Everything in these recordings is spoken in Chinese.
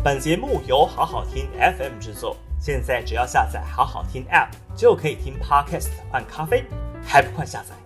本节目由好好听 FM 制作，现在只要下载好好听 App 就可以听 Podcast 换咖啡，还不快下载？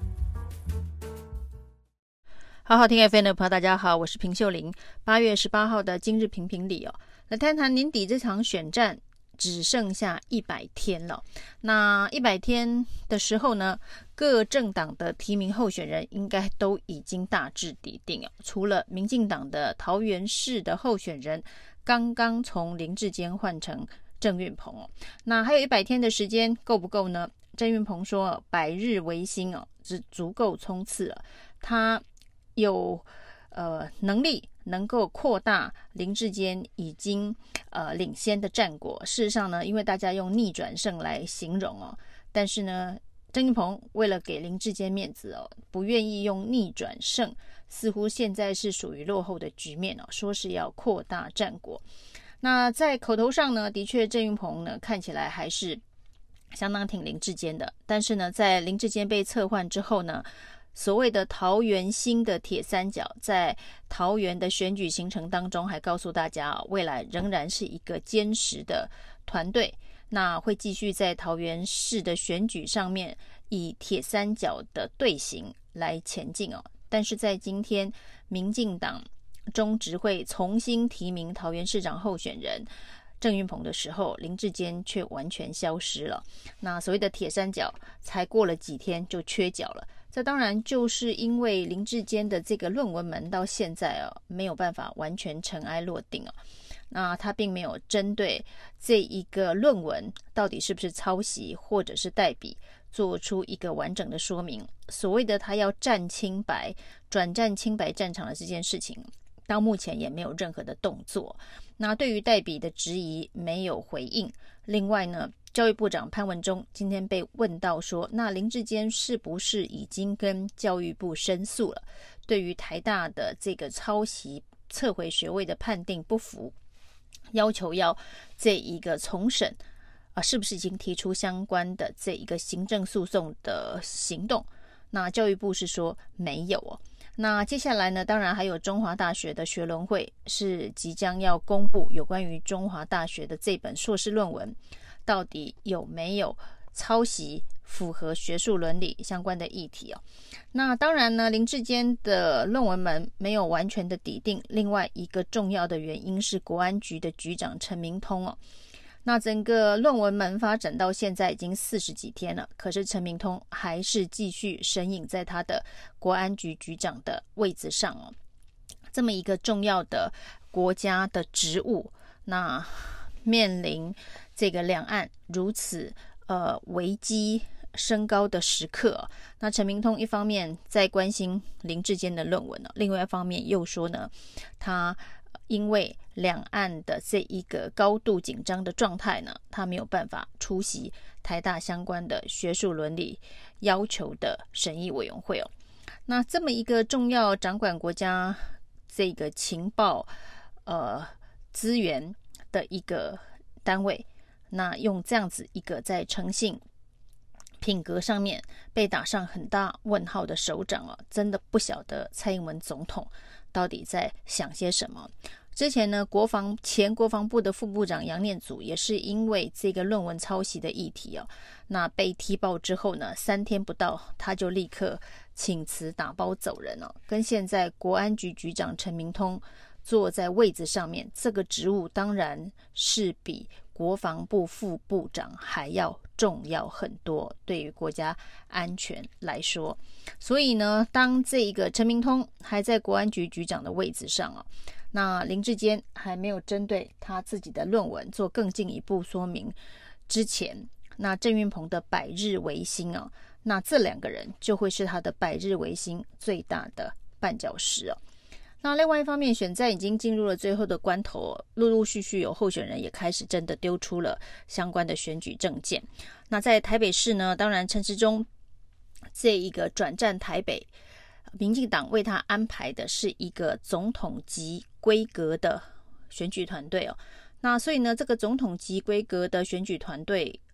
好好听 FM 的朋友大家好，我是平秀玲。8月18号的今日评评理来谈谈年底这场选战只剩下100天了。那100天的时候呢，各政党的提名候选人应该都已经大致底定除了民进党的桃园市的候选人刚刚从林智坚换成郑运鹏那还有100天的时间够不够呢？郑运鹏说百日维新是足够冲刺了，他有能力能够扩大林智坚已经领先的战果。事实上呢，因为大家用逆转胜来形容但是呢，郑运鹏为了给林智坚面子不愿意用逆转胜，似乎现在是属于落后的局面说是要扩大战果。那在口头上呢，的确郑运鹏呢看起来还是相当挺林智坚的，但是呢，在林智坚被撤换之后呢，所谓的桃园新的铁三角在桃园的选举行程当中还告诉大家未来仍然是一个坚实的团队，那会继续在桃园市的选举上面以铁三角的队形来前进但是在今天民进党中执会重新提名桃园市长候选人郑运鹏的时候，林智坚却完全消失了。那所谓的铁三角才过了几天就缺角了，这当然就是因为林智坚的这个论文门到现在没有办法完全尘埃落定那他并没有针对这一个论文到底是不是抄袭或者是代笔做出一个完整的说明。所谓的他要战清白，转战清白战场的这件事情到目前也没有任何的动作。那对于代笔的质疑没有回应。另外呢，教育部长潘文忠今天被问到说，那林智坚是不是已经跟教育部申诉了，对于台大的这个抄袭撤回学位的判定不服，要求要这一个重审是不是已经提出相关的这一个行政诉讼的行动？那教育部是说没有那接下来呢，当然还有中华大学的学伦会是即将要公布有关于中华大学的这本硕士论文到底有没有抄袭符合学术伦理相关的议题那当然呢，林智坚的论文门没有完全的底定，另外一个重要的原因是国安局的局长陈明通那整个论文门发展到现在已经40几天了，可是陈明通还是继续身影在他的国安局局长的位置上这么一个重要的国家的职务，那面临这个两岸如此危机升高的时刻那陈明通一方面在关心林智坚的论文另外一方面又说呢，他因为两岸的这一个高度紧张的状态呢，他没有办法出席台大相关的学术伦理要求的审议委员会那这么一个重要掌管国家这个情报资源的一个单位，那用这样子一个在诚信品格上面被打上很大问号的首长真的不晓得蔡英文总统到底在想些什么。之前呢，前国防部的副部长杨念祖也是因为这个论文抄袭的议题那被踢爆之后呢，3天不到他就立刻请辞打包走人跟现在国安局局长陈明通坐在位子上面，这个职务当然是比国防部副部长还要重要很多，对于国家安全来说。所以呢，当这一个陈明通还在国安局局长的位置上那林智坚还没有针对他自己的论文做更进一步说明之前，那郑运鹏的百日维新那这2个人就会是他的百日维新最大的绊脚石那另外一方面，选战已经进入了最后的关头陆陆续续有候选人也开始真的丢出了相关的选举政见。那在台北市呢，当然陈时中这一个转战台北，民进党为他安排的是一个总统级规格的选举团队那所以呢，这个总统级规格的选举团队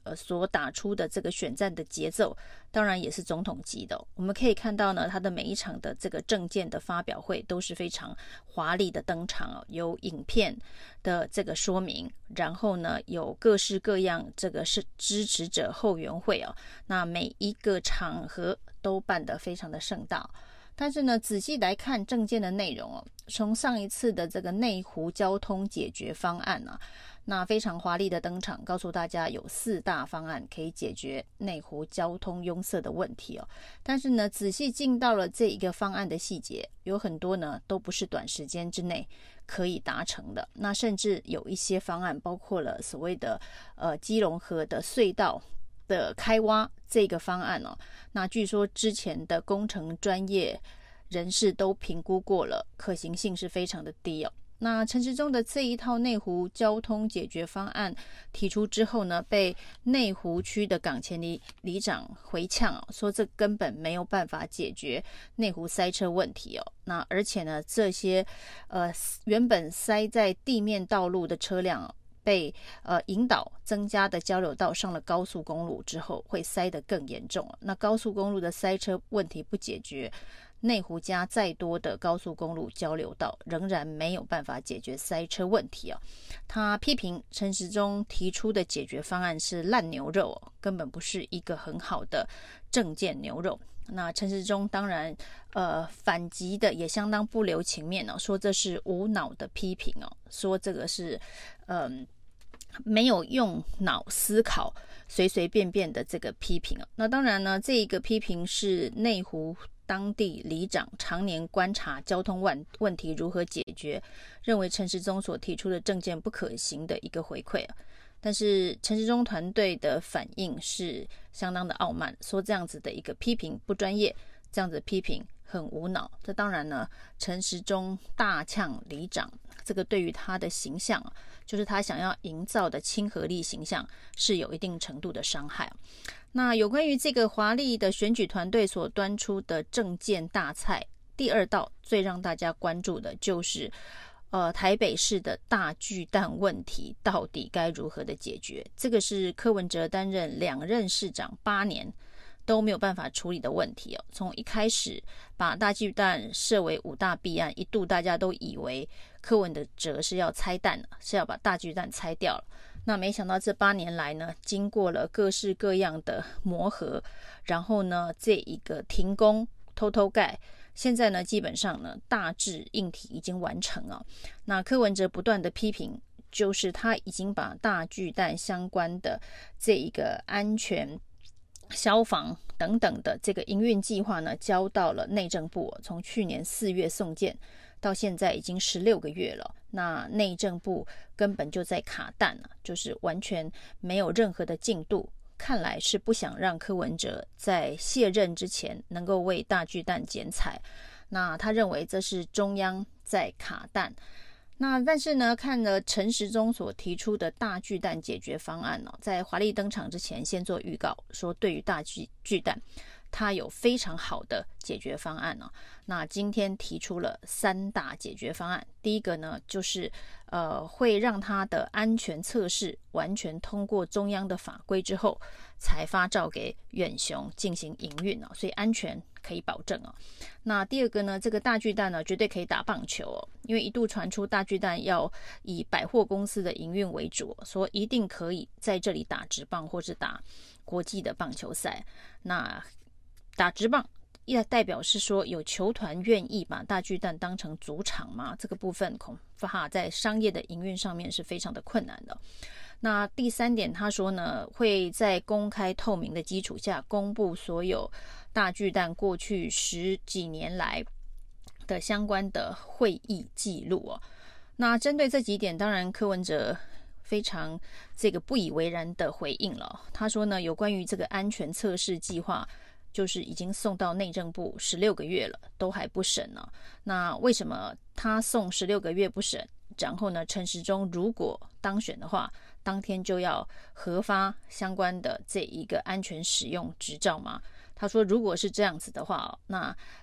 所打出的这个选战的节奏，当然也是总统级的。我们可以看到呢，他的每一场的这个政见的发表会都是非常华丽的登场有影片的这个说明，然后呢有各式各样这个是支持者后援会那每一个场合都办得非常的盛大。但是呢，仔细来看政见的内容从上一次的这个内湖交通解决方案那非常华丽的登场，告诉大家有4大方案可以解决内湖交通拥塞的问题但是呢，仔细进到了这一个方案的细节，有很多呢都不是短时间之内可以达成的。那甚至有一些方案，包括了所谓的基隆河的隧道的开挖这个方案那据说之前的工程专业人士都评估过了，可行性是非常的低那陈时中的这一套内湖交通解决方案提出之后呢，被内湖区的港前里长回呛说这根本没有办法解决内湖塞车问题那而且呢，这些原本塞在地面道路的车辆被引导增加的交流道上了高速公路之后，会塞得更严重那高速公路的塞车问题不解决，内湖加再多的高速公路交流道仍然没有办法解决塞车问题他批评陈时中提出的解决方案是烂牛肉根本不是一个很好的政见牛肉。那陈时中当然反击的也相当不留情面说这是无脑的批评说这个是没有用脑思考随随便便的这个批评那当然呢，这一个批评是内湖当地里长常年观察交通问题如何解决，认为陈时中所提出的政见不可行的一个回馈但是陈时中团队的反应是相当的傲慢，说这样子的一个批评不专业，这样子的批评很无脑。这当然呢，陈时中大呛里长，这个对于他的形象，就是他想要营造的亲和力形象，是有一定程度的伤害。那有关于这个华丽的选举团队所端出的政见大菜，第2道最让大家关注的就是台北市的大巨蛋问题到底该如何的解决？这个是柯文哲担任2任市长8年都没有办法处理的问题从一开始把大巨蛋设为5大弊案，一度大家都以为柯文哲是要拆弹，是要把大巨蛋拆掉了。那没想到这8年来呢，经过了各式各样的磨合，然后呢，这一个停工偷偷盖，现在呢，基本上呢，大致硬体已经完成那柯文哲不断的批评，就是他已经把大巨蛋相关的这一个安全、消防等等的这个营运计划呢，交到了内政部从去年4月送件到现在已经16个月了。那内政部根本就在卡弹就是完全没有任何的进度。看来是不想让柯文哲在卸任之前能够为大巨蛋剪彩，那他认为这是中央在卡弹。那但是呢，看了陈时中所提出的大巨蛋解决方案在华丽登场之前先做预告，说对于大巨蛋他有非常好的解决方案那今天提出了3大解决方案。第一个呢，就是会让他的安全测试完全通过中央的法规之后，才发照给远雄进行营运所以安全可以保证那第二个呢，这个大巨蛋呢绝对可以打棒球因为一度传出大巨蛋要以百货公司的营运为主说一定可以在这里打职棒或是打国际的棒球赛。那打职棒也代表是说有球团愿意把大巨蛋当成主场吗？这个部分恐怕在商业的营运上面是非常的困难的。那第3点他说呢，会在公开透明的基础下公布所有大巨蛋过去10几年来的相关的会议记录那针对这几点，当然柯文哲非常这个不以为然的回应了。他说呢，有关于这个安全测试计划就是已经送到内政部16个月了，都还不审呢。那为什么他送16个月不审？然后呢，陈时中如果当选的话，当天就要核发相关的这一个安全使用执照吗？他说，如果是这样子的话，那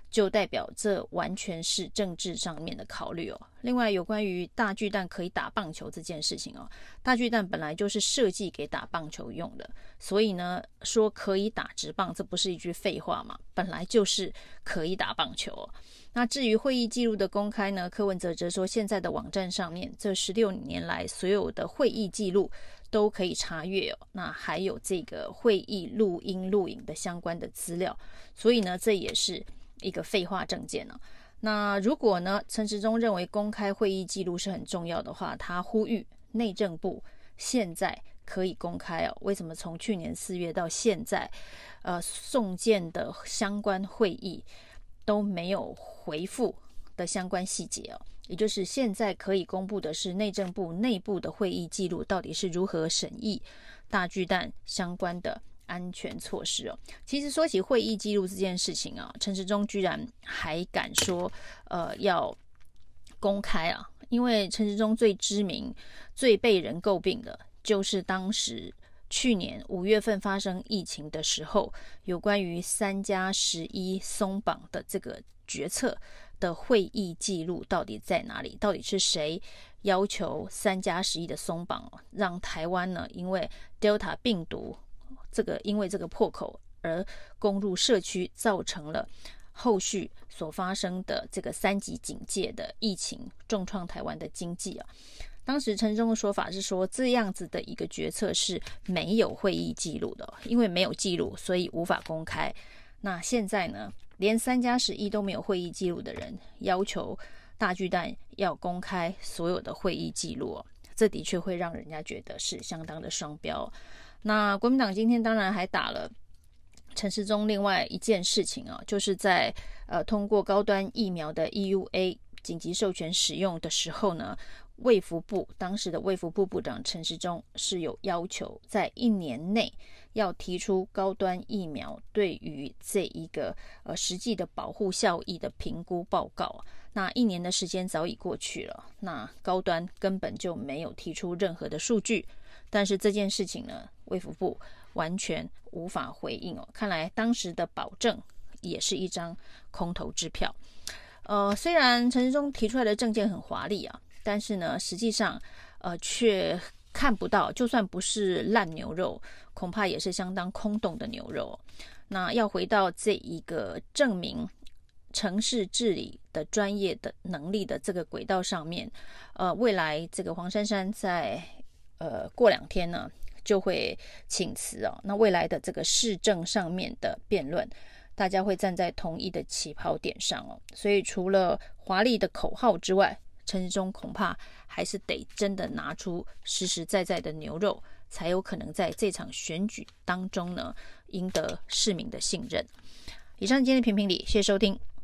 就代表这完全是政治上面的考虑哦。另外，有关于大巨蛋可以打棒球这件事情哦，大巨蛋本来就是设计给打棒球用的，所以呢，说可以打职棒，这不是一句废话嘛？本来就是可以打棒球哦。那至于会议记录的公开呢，柯文哲则说，现在的网站上面这16年来所有的会议记录都可以查阅哦。那还有这个会议录音录影的相关的资料，所以呢，这也是一个废话政见哦。那如果呢，陈时中认为公开会议记录是很重要的话，他呼吁内政部现在可以公开哦。为什么从去年4月到现在，送件的相关会议都没有回复的相关细节哦？也就是现在可以公布的是内政部内部的会议记录到底是如何审议大巨蛋相关的安全措施哦。其实说起会议记录这件事情啊，陈时中居然还敢说要公开啊，因为陈时中最知名最被人诟病的就是当时去年5月份发生疫情的时候，有关于3+11松绑的这个决策的会议记录到底在哪里？到底是谁要求3+11的松绑，让台湾呢因为 Delta 病毒因为这个破口而攻入社区，造成了后续所发生的这个3级警戒的疫情，重创台湾的经济啊。当时陈时中的说法是说，这样子的一个决策是没有会议记录的，因为没有记录，所以无法公开。那现在呢，连3+11都没有会议记录的人，要求大巨蛋要公开所有的会议记录哦，这的确会让人家觉得是相当的双标。那国民党今天当然还打了陈时中另外一件事情啊，就是在通过高端疫苗的 EUA 紧急授权使用的时候呢，卫福部当时的卫福部部长陈时中是有要求在1年内要提出高端疫苗对于这一个实际的保护效益的评估报告。那1年的时间早已过去了，那高端根本就没有提出任何的数据，但是这件事情呢，卫福部完全无法回应哦。看来当时的保证也是一张空头支票。虽然陈时中提出来的政见很华丽啊，但是呢，实际上却看不到，就算不是烂牛肉，恐怕也是相当空洞的牛肉。那要回到这一个证明城市治理的专业的能力的这个轨道上面，未来这个黄珊珊在过2天呢就会请辞哦。那未来的这个市政上面的辩论，大家会站在同一的起跑点上哦。所以除了华丽的口号之外，陈时中恐怕还是得真的拿出实实在在的牛肉，才有可能在这场选举当中呢赢得市民的信任。以上今天的评评理，谢谢收听。